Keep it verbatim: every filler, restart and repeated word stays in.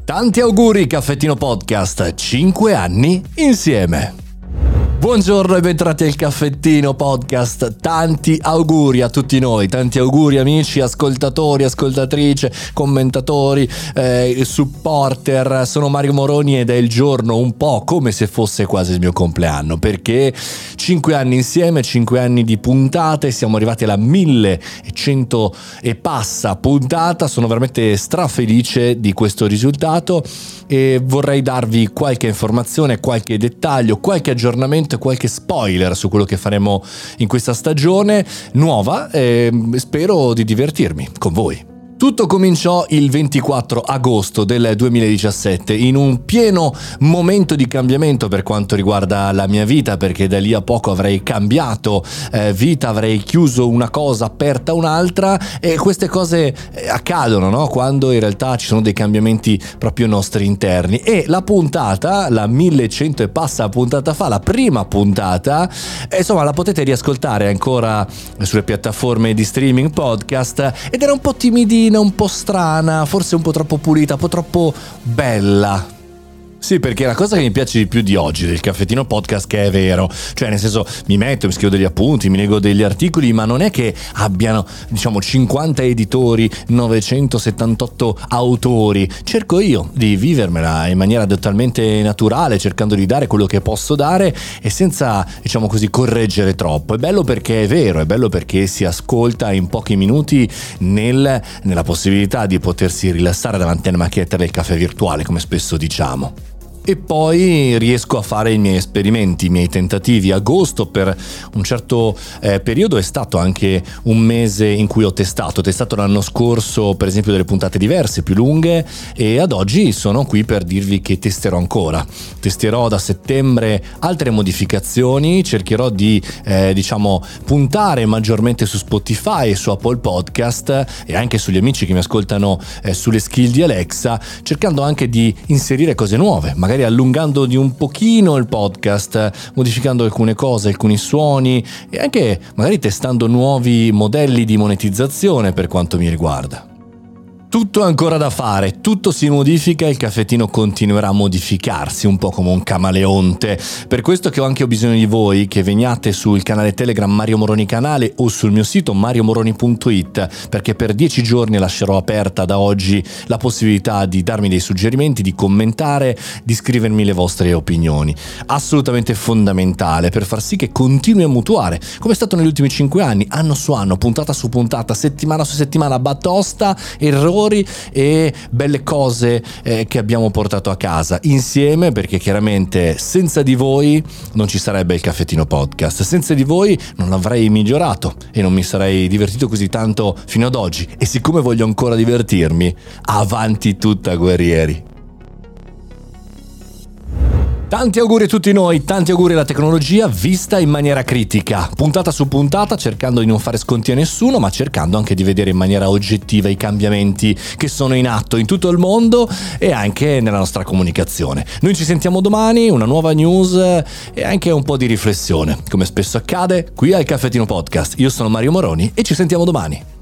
Tanti auguri Caffettino Podcast, cinque anni insieme. Buongiorno e bentornati al Caffettino Podcast, tanti auguri a tutti noi, tanti auguri amici, ascoltatori, ascoltatrici, commentatori, eh, supporter. Sono Mario Moroni ed è il giorno un po' come se fosse quasi il mio compleanno, perché cinque anni insieme, cinque anni di puntate, siamo arrivati alla millecento e passa puntata. Sono veramente strafelice di questo risultato e vorrei darvi qualche informazione, qualche dettaglio, qualche aggiornamento, qualche spoiler su quello che faremo in questa stagione nuova e spero di divertirmi con voi. Tutto cominciò il ventiquattro agosto del duemiladiciassette in un pieno momento di cambiamento per quanto riguarda la mia vita, perché da lì a poco avrei cambiato eh, vita, avrei chiuso una cosa, aperta un'altra, e queste cose eh, accadono, no? Quando in realtà ci sono dei cambiamenti proprio nostri interni. E la puntata, la millecento e passa puntata fa, la prima puntata, eh, insomma la potete riascoltare ancora sulle piattaforme di streaming podcast ed era un po' timidina, un po' strana, forse un po' troppo pulita, un po' troppo bella. Sì, perché la cosa che mi piace di più di oggi del Caffettino Podcast che è vero, cioè nel senso mi metto, mi scrivo degli appunti, mi leggo degli articoli, ma non è che abbiano diciamo cinquanta editori, novecentosettantotto autori. Cerco io di vivermela in maniera totalmente naturale, cercando di dare quello che posso dare e senza diciamo così correggere troppo. È bello perché è vero, è bello perché si ascolta in pochi minuti nel, nella possibilità di potersi rilassare davanti alla macchinetta del caffè virtuale, come spesso diciamo. E poi riesco a fare i miei esperimenti, i miei tentativi. Agosto per un certo eh, periodo è stato anche un mese in cui ho testato. Ho testato l'anno scorso per esempio delle puntate diverse, più lunghe, e ad oggi sono qui per dirvi che testerò ancora. Testerò da settembre altre modificazioni, cercherò di eh, diciamo puntare maggiormente su Spotify e su Apple Podcast e anche sugli amici che mi ascoltano eh, sulle skill di Alexa, cercando anche di inserire cose nuove, magari allungando di un pochino il podcast, modificando alcune cose, alcuni suoni e anche magari testando nuovi modelli di monetizzazione per quanto mi riguarda. Tutto ancora da fare, tutto si modifica e il caffettino continuerà a modificarsi un po' come un camaleonte. Per questo che ho anche bisogno di voi che veniate sul canale Telegram Mario Moroni Canale o sul mio sito mario moroni punto it, perché per dieci giorni lascerò aperta da oggi la possibilità di darmi dei suggerimenti, di commentare, di scrivermi le vostre opinioni. Assolutamente fondamentale per far sì che continui a mutuare, come è stato negli ultimi cinque anni, anno su anno, puntata su puntata, settimana su settimana, batosta, errori e belle cose eh, che abbiamo portato a casa insieme, perché chiaramente senza di voi non ci sarebbe il Caffettino Podcast, senza di voi non l'avrei migliorato e non mi sarei divertito così tanto fino ad oggi, e siccome voglio ancora divertirmi, avanti tutta guerrieri. Tanti auguri a tutti noi, tanti auguri alla tecnologia vista in maniera critica, puntata su puntata, cercando di non fare sconti a nessuno, ma cercando anche di vedere in maniera oggettiva i cambiamenti che sono in atto in tutto il mondo e anche nella nostra comunicazione. Noi ci sentiamo domani, una nuova news e anche un po' di riflessione, come spesso accade qui al Caffettino Podcast. Io sono Mario Moroni e ci sentiamo domani.